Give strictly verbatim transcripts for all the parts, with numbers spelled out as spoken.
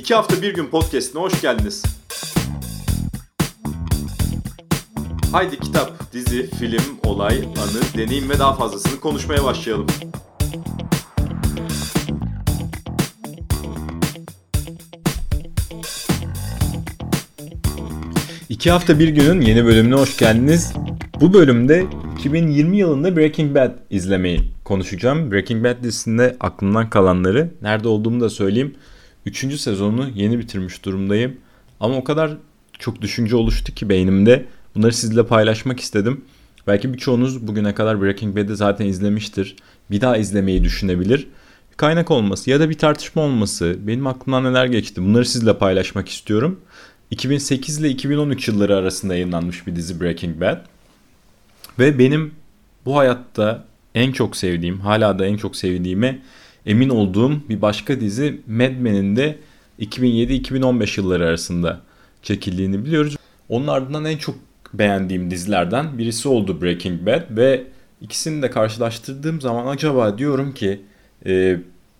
İki hafta bir gün podcastine hoş geldiniz. Haydi kitap, dizi, film, olay, anı, deneyim ve daha fazlasını konuşmaya başlayalım. İki hafta bir günün yeni bölümüne hoş geldiniz. Bu bölümde iki bin yirmi yılında Breaking Bad izlemeyi konuşacağım. Breaking Bad dizisinde aklımdan kalanları, nerede olduğumu da söyleyeyim. Üçüncü sezonunu yeni bitirmiş durumdayım. Ama o kadar çok düşünce oluştu ki beynimde. Bunları sizinle paylaşmak istedim. Belki birçoğunuz bugüne kadar Breaking Bad'i zaten izlemiştir. Bir daha izlemeyi düşünebilir. Bir kaynak olması ya da bir tartışma olması, benim aklımdan neler geçti, bunları sizinle paylaşmak istiyorum. iki bin sekiz ile iki bin on üç yılları arasında yayınlanmış bir dizi Breaking Bad. Ve benim bu hayatta en çok sevdiğim, hala da en çok sevdiğime emin olduğum bir başka dizi Mad Men'in de iki bin yedi iki bin on beş yılları arasında çekildiğini biliyoruz. Onun ardından en çok beğendiğim dizilerden birisi oldu Breaking Bad ve ikisini de karşılaştırdığım zaman acaba diyorum ki e,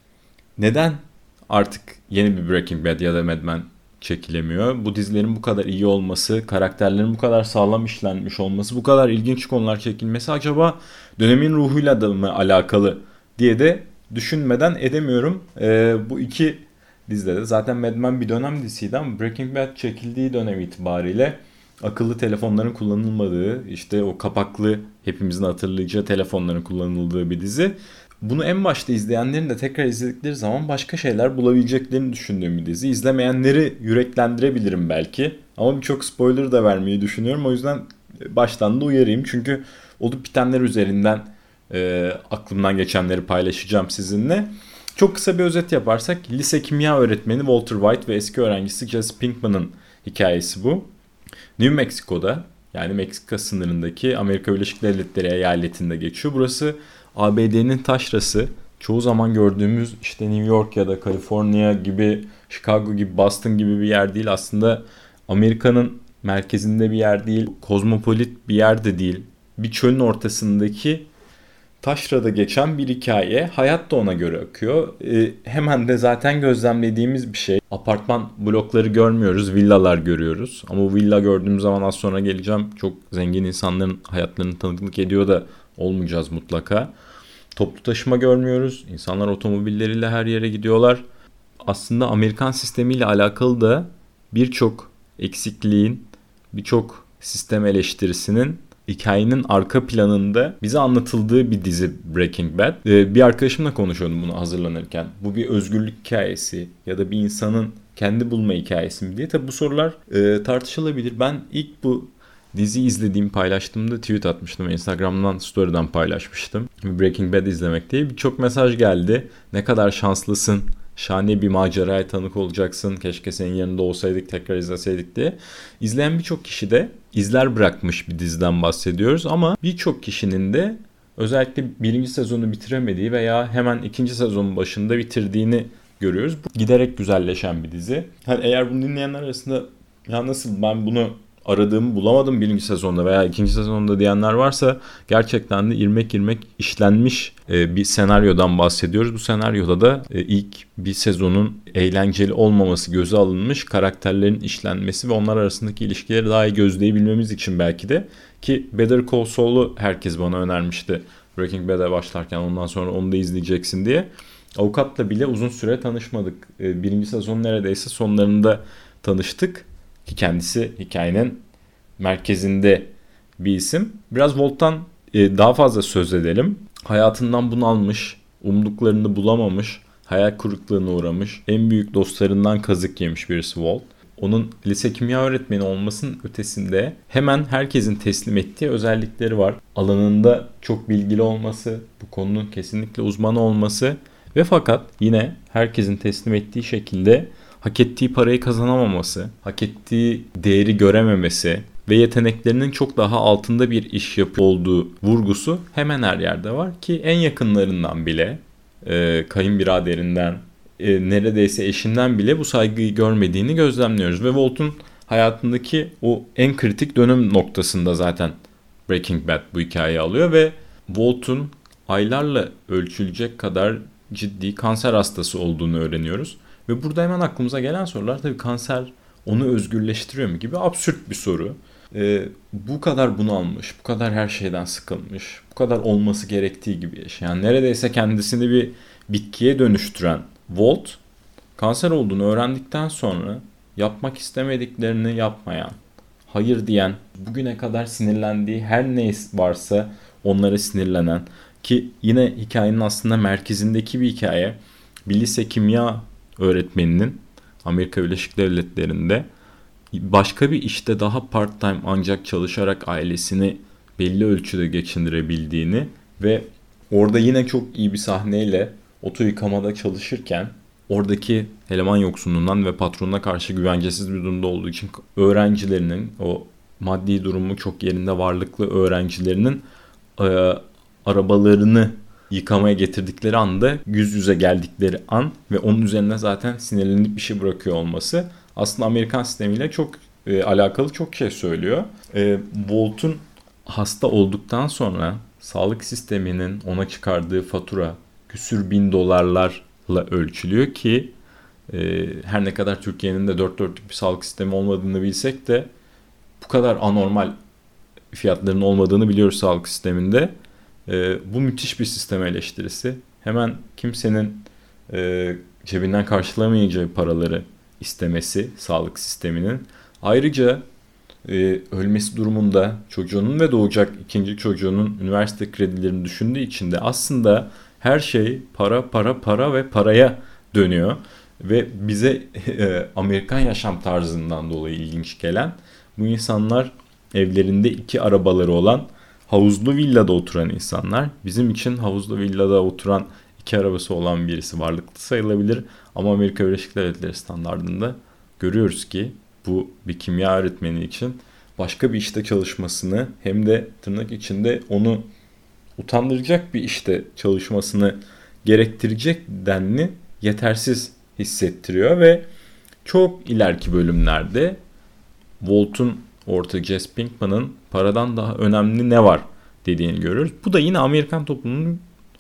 neden artık yeni bir Breaking Bad ya da Mad Men çekilemiyor? Bu dizilerin bu kadar iyi olması, karakterlerin bu kadar sağlam işlenmiş olması, bu kadar ilginç konular çekilmesi acaba dönemin ruhuyla da mı alakalı diye de düşünmeden edemiyorum. Ee, bu iki dizide de zaten Mad Men bir dönem dizisiydi ama Breaking Bad çekildiği dönem itibariyle akıllı telefonların kullanılmadığı, işte o kapaklı hepimizin hatırlayacağı telefonların kullanıldığı bir dizi. Bunu en başta izleyenlerin de tekrar izledikleri zaman başka şeyler bulabileceklerini düşündüğüm bir dizi. İzlemeyenleri yüreklendirebilirim belki. Ama birçok spoiler da vermeyi düşünüyorum. O yüzden baştan da uyarayım. Çünkü olup bitenler üzerinden e, aklımdan geçenleri paylaşacağım sizinle. Çok kısa bir özet yaparsak lise kimya öğretmeni Walter White ve eski öğrencisi Jesse Pinkman'ın hikayesi bu. New Mexico'da, yani Meksika sınırındaki Amerika Birleşik Devletleri eyaletinde geçiyor. Burası A B D'nin taşrası. Çoğu zaman gördüğümüz işte New York ya da Kaliforniya gibi, Chicago gibi, Boston gibi bir yer değil. Aslında Amerika'nın merkezinde bir yer değil, kozmopolit bir yer de değil. Bir çölün ortasındaki taşrada geçen bir hikaye. Hayat da ona göre akıyor. Ee, hemen de zaten gözlemlediğimiz bir şey. Apartman blokları görmüyoruz, villalar görüyoruz. Ama bu villa gördüğümüz zaman az sonra geleceğim. Çok zengin insanların hayatlarını tanıklık ediyor da olmayacağız mutlaka. Toplu taşıma görmüyoruz. İnsanlar otomobilleriyle her yere gidiyorlar. Aslında Amerikan sistemiyle alakalı da birçok eksikliğin, birçok sistem eleştirisinin hikayenin arka planında bize anlatıldığı bir dizi Breaking Bad. Ee, bir arkadaşımla konuşuyordum bunu hazırlanırken. Bu bir özgürlük hikayesi ya da bir insanın kendi bulma hikayesi mi diye. Tabi bu sorular e, tartışılabilir. Ben ilk bu dizi izlediğim paylaştığımda tweet atmıştım. Instagram'dan, story'den paylaşmıştım. Breaking Bad izlemek diye. Birçok mesaj geldi. Ne kadar şanslısın. Şahane bir maceraya tanık olacaksın. Keşke senin yanında olsaydık, tekrar izleseydik diye. İzleyen birçok kişi de izler bırakmış bir diziden bahsediyoruz. Ama birçok kişinin de özellikle birinci sezonu bitiremediği veya hemen ikinci sezonun başında bitirdiğini görüyoruz. Bu giderek güzelleşen bir dizi. Hani eğer bunu dinleyenler arasında ya nasıl ben bunu aradığımı bulamadım birinci sezonda veya ikinci sezonda diyenler varsa gerçekten de irmek irmek işlenmiş bir senaryodan bahsediyoruz. Bu senaryoda da ilk bir sezonun eğlenceli olmaması göze alınmış, karakterlerin işlenmesi ve onlar arasındaki ilişkileri daha iyi gözleyebilmemiz için belki de, ki Better Call Saul'u herkes bana önermişti Breaking Bad'e başlarken, ondan sonra onu da izleyeceksin diye. Avukatla bile uzun süre tanışmadık. Birinci sezon neredeyse sonlarında tanıştık. Ki kendisi hikayenin merkezinde bir isim. Biraz Walt'tan daha fazla söz edelim. Hayatından bunalmış, umduklarını bulamamış, hayal kırıklığına uğramış, en büyük dostlarından kazık yemiş birisi Walt. Onun lise kimya öğretmeni olmasının ötesinde hemen herkesin teslim ettiği özellikleri var. Alanında çok bilgili olması, bu konunun kesinlikle uzmanı olması ve fakat yine herkesin teslim ettiği şekilde hak ettiği parayı kazanamaması, hak ettiği değeri görememesi ve yeteneklerinin çok daha altında bir iş yapıyor olduğu vurgusu hemen her yerde var ki en yakınlarından bile, e, kayınbiraderinden, e, neredeyse eşinden bile bu saygıyı görmediğini gözlemliyoruz. Ve Walt'un hayatındaki o en kritik dönüm noktasında zaten Breaking Bad bu hikayeyi alıyor ve Walt'un aylarla ölçülecek kadar ciddi kanser hastası olduğunu öğreniyoruz. Ve burada hemen aklımıza gelen sorular tabii kanser onu özgürleştiriyor mu gibi absürt bir soru. Ee, bu kadar bunalmış, bu kadar her şeyden sıkılmış, bu kadar olması gerektiği gibi yaşayan, neredeyse kendisini bir bitkiye dönüştüren Walt, kanser olduğunu öğrendikten sonra yapmak istemediklerini yapmayan, hayır diyen, bugüne kadar sinirlendiği her ne varsa onlara sinirlenen, ki yine hikayenin aslında merkezindeki bir hikaye, bir lise kimya öğretmeninin Amerika Birleşik Devletleri'nde başka bir işte daha part time ancak çalışarak ailesini belli ölçüde geçindirebildiğini ve orada yine çok iyi bir sahneyle oto yıkamada çalışırken oradaki eleman yoksunluğundan ve patronuna karşı güvencesiz bir durumda olduğu için öğrencilerinin, o maddi durumu çok yerinde varlıklı öğrencilerinin e, arabalarını yıkamaya getirdikleri anda yüz yüze geldikleri an ve onun üzerine zaten sinirlenip bir şey bırakıyor olması aslında Amerikan sistemiyle çok e, alakalı çok şey söylüyor. E, Walt'un hasta olduktan sonra sağlık sisteminin ona çıkardığı fatura küsür bin dolarlarla ölçülüyor ki e, her ne kadar Türkiye'nin de dört dörtlük bir sağlık sistemi olmadığını bilsek de bu kadar anormal fiyatların olmadığını biliyoruz sağlık sisteminde. E, bu müthiş bir sistem eleştirisi. Hemen kimsenin e, cebinden karşılamayacağı paraları istemesi sağlık sisteminin. Ayrıca e, ölmesi durumunda çocuğunun ve doğacak ikinci çocuğunun üniversite kredilerini düşündüğü için de aslında her şey para para para ve paraya dönüyor. Ve bize e, Amerikan yaşam tarzından dolayı ilginç gelen bu insanlar evlerinde iki arabaları olan havuzlu villada oturan insanlar. Bizim için havuzlu villada oturan iki arabası olan birisi varlıklı sayılabilir. Ama Amerika Birleşik Devletleri standartında görüyoruz ki bu bir kimya öğretmeni için başka bir işte çalışmasını hem de tırnak içinde onu utandıracak bir işte çalışmasını gerektirecek denli yetersiz hissettiriyor ve çok ileriki bölümlerde Walt'un orta Jesse Pinkman'ın paradan daha önemli ne var dediğini görüyoruz. Bu da yine Amerikan toplumunu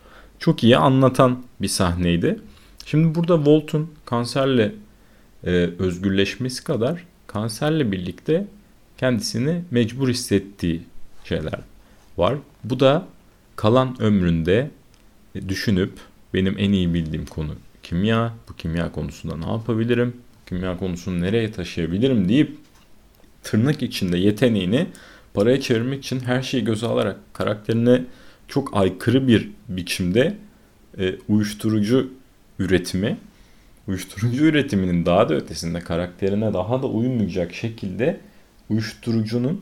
çok iyi anlatan bir sahneydi. Şimdi burada Walt'un kanserle e, özgürleşmesi kadar kanserle birlikte kendisini mecbur hissettiği şeyler var. Bu da kalan ömründe düşünüp benim en iyi bildiğim konu kimya, bu kimya konusunda ne yapabilirim, kimya konusunu nereye taşıyabilirim deyip tırnak içinde yeteneğini paraya çevirmek için her şeyi göze alarak karakterine çok aykırı bir biçimde e, uyuşturucu üretimi, uyuşturucu üretiminin daha da ötesinde karakterine daha da uymayacak şekilde uyuşturucunun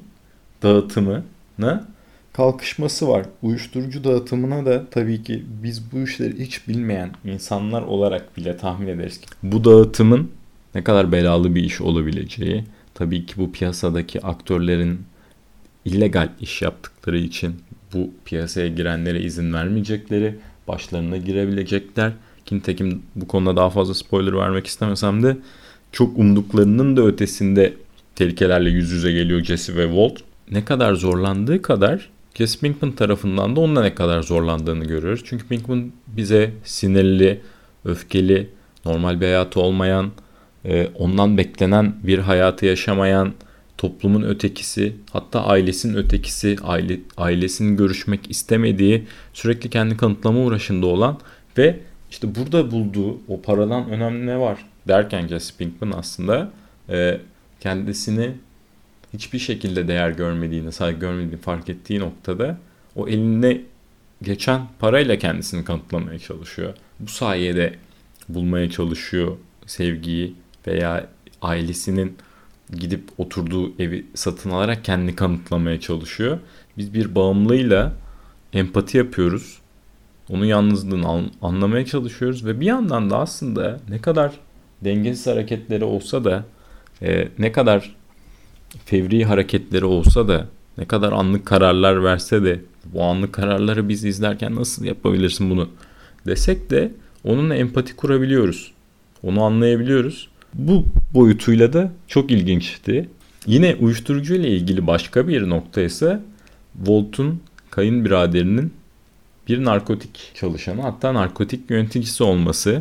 dağıtımına kalkışması var. Uyuşturucu dağıtımına da tabii ki biz bu işleri hiç bilmeyen insanlar olarak bile tahmin ederiz ki bu dağıtımın ne kadar belalı bir iş olabileceği, tabii ki bu piyasadaki aktörlerin illegal iş yaptıkları için bu piyasaya girenlere izin vermeyecekleri, başlarına girebilecekler. Nitekim bu konuda daha fazla spoiler vermek istemesem de çok umduklarının da ötesinde tehlikelerle yüz yüze geliyor Jesse ve Walt. Ne kadar zorlandığı kadar Jesse Pinkman tarafından da onunla ne kadar zorlandığını görüyoruz. Çünkü Pinkman bize sinirli, öfkeli, normal bir hayatı olmayan, ondan beklenen bir hayatı yaşamayan, toplumun ötekisi, hatta ailesinin ötekisi, aile, ailesinin görüşmek istemediği, sürekli kendi kanıtlama uğraşında olan ve işte burada bulduğu o paradan önemli ne var derken Jesse Pinkman aslında e, kendisini hiçbir şekilde değer görmediğini, saygı görmediğini fark ettiği noktada o eline geçen parayla kendisini kanıtlamaya çalışıyor. Bu sayede bulmaya çalışıyor sevgiyi veya ailesinin gidip oturduğu evi satın alarak kendini kanıtlamaya çalışıyor. Biz bir bağımlıyla empati yapıyoruz. Onun yalnızlığını anlamaya çalışıyoruz ve bir yandan da aslında ne kadar dengesiz hareketleri olsa da, e, ne kadar fevri hareketleri olsa da, ne kadar anlık kararlar verse de, bu anlık kararları biz izlerken nasıl yapabilirsin bunu desek de onunla empati kurabiliyoruz. Onu anlayabiliyoruz. Bu boyutuyla da çok ilginçti. Yine uyuşturucu ile ilgili başka bir nokta ise Walt'un kayınbiraderinin bir narkotik çalışanı, hatta narkotik yöneticisi olması.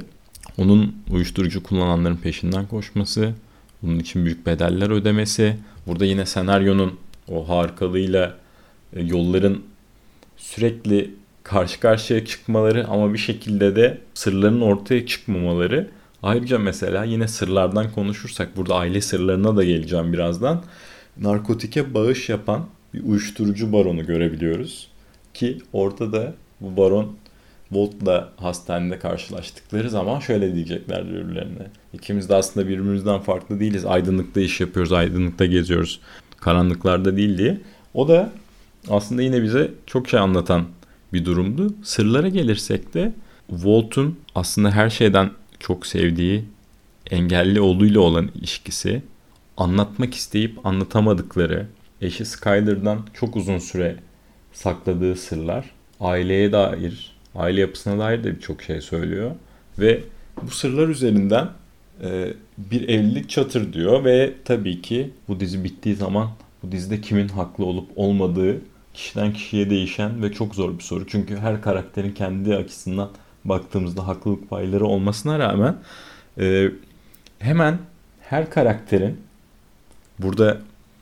onun uyuşturucu kullananların peşinden koşması, bunun için büyük bedeller ödemesi. Burada yine senaryonun o harikalığıyla e, yolların sürekli karşı karşıya çıkmaları ama bir şekilde de sırların ortaya çıkmamaları. Ayrıca mesela yine sırlardan konuşursak, burada aile sırlarına da geleceğim birazdan. Narkotike bağış yapan bir uyuşturucu baronu görebiliyoruz. Ki orada da bu baron Walt'la hastanede karşılaştıkları zaman şöyle diyecekler birbirlerine. İkimiz de aslında birbirimizden farklı değiliz. Aydınlıkta iş yapıyoruz, aydınlıkta geziyoruz. Karanlıklarda değil diye. O da aslında yine bize çok şey anlatan bir durumdu. Sırlara gelirsek de Walt'un aslında her şeyden çok sevdiği engelli oğluyla olan ilişkisi, anlatmak isteyip anlatamadıkları, eşi Skyler'dan çok uzun süre sakladığı sırlar, aileye dair, aile yapısına dair de birçok şey söylüyor. Ve bu sırlar üzerinden e, bir evlilik çatır diyor ve tabii ki bu dizi bittiği zaman bu dizide kimin haklı olup olmadığı kişiden kişiye değişen ve çok zor bir soru. Çünkü her karakterin kendi açısından baktığımızda haklılık payları olmasına rağmen e, hemen her karakterin burada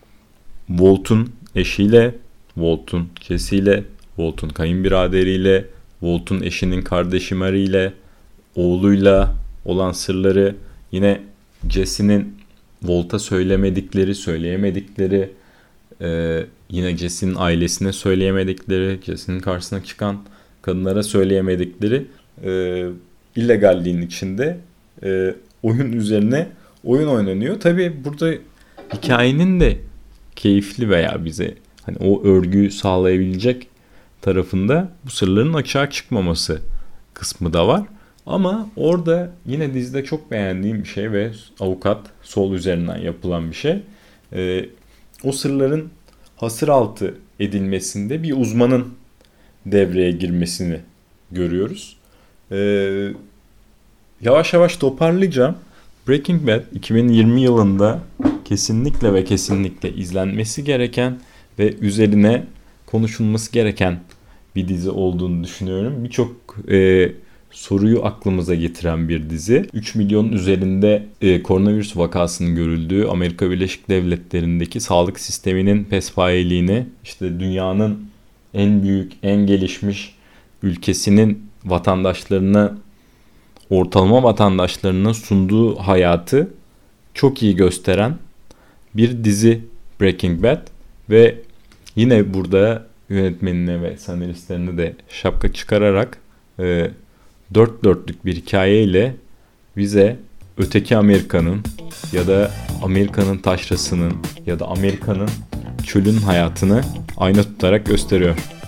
Walt'un eşiyle, Walt'un Jesse'yle, Walt'un kayınbiraderiyle, Walt'un eşinin kardeşi Mary ile, oğluyla olan sırları, yine Jesse'nin Walt'a söylemedikleri, söyleyemedikleri, e, yine Jesse'nin ailesine söyleyemedikleri, Jesse'nin karşısına çıkan kadınlara söyleyemedikleri e, illegalliğin içinde e, oyun üzerine oyun oynanıyor. Tabii burada hikayenin de keyifli veya bize hani o örgüyü sağlayabilecek tarafında bu sırların açığa çıkmaması kısmı da var. Ama orada yine dizide çok beğendiğim bir şey ve avukat Saul üzerinden yapılan bir şey. Ee, o sırların hasır altı edilmesinde bir uzmanın devreye girmesini görüyoruz. Ee, yavaş yavaş toparlayacağım. Breaking Bad iki bin yirmi yılında kesinlikle ve kesinlikle izlenmesi gereken ve üzerine konuşulması gereken bir dizi olduğunu düşünüyorum. Birçok e, soruyu aklımıza getiren bir dizi. üç milyonun üzerinde e, koronavirüs vakasının görüldüğü Amerika Birleşik Devletleri'ndeki sağlık sisteminin pespayeliğini, işte dünyanın en büyük, en gelişmiş ülkesinin vatandaşlarına, ortalama vatandaşlarına sunduğu hayatı çok iyi gösteren bir dizi Breaking Bad ve yine burada yönetmenine ve senaristlerine de şapka çıkararak e, dört dörtlük bir hikayeyle bize öteki Amerika'nın ya da Amerika'nın taşrasının ya da Amerika'nın çölün hayatını ayna tutarak gösteriyor.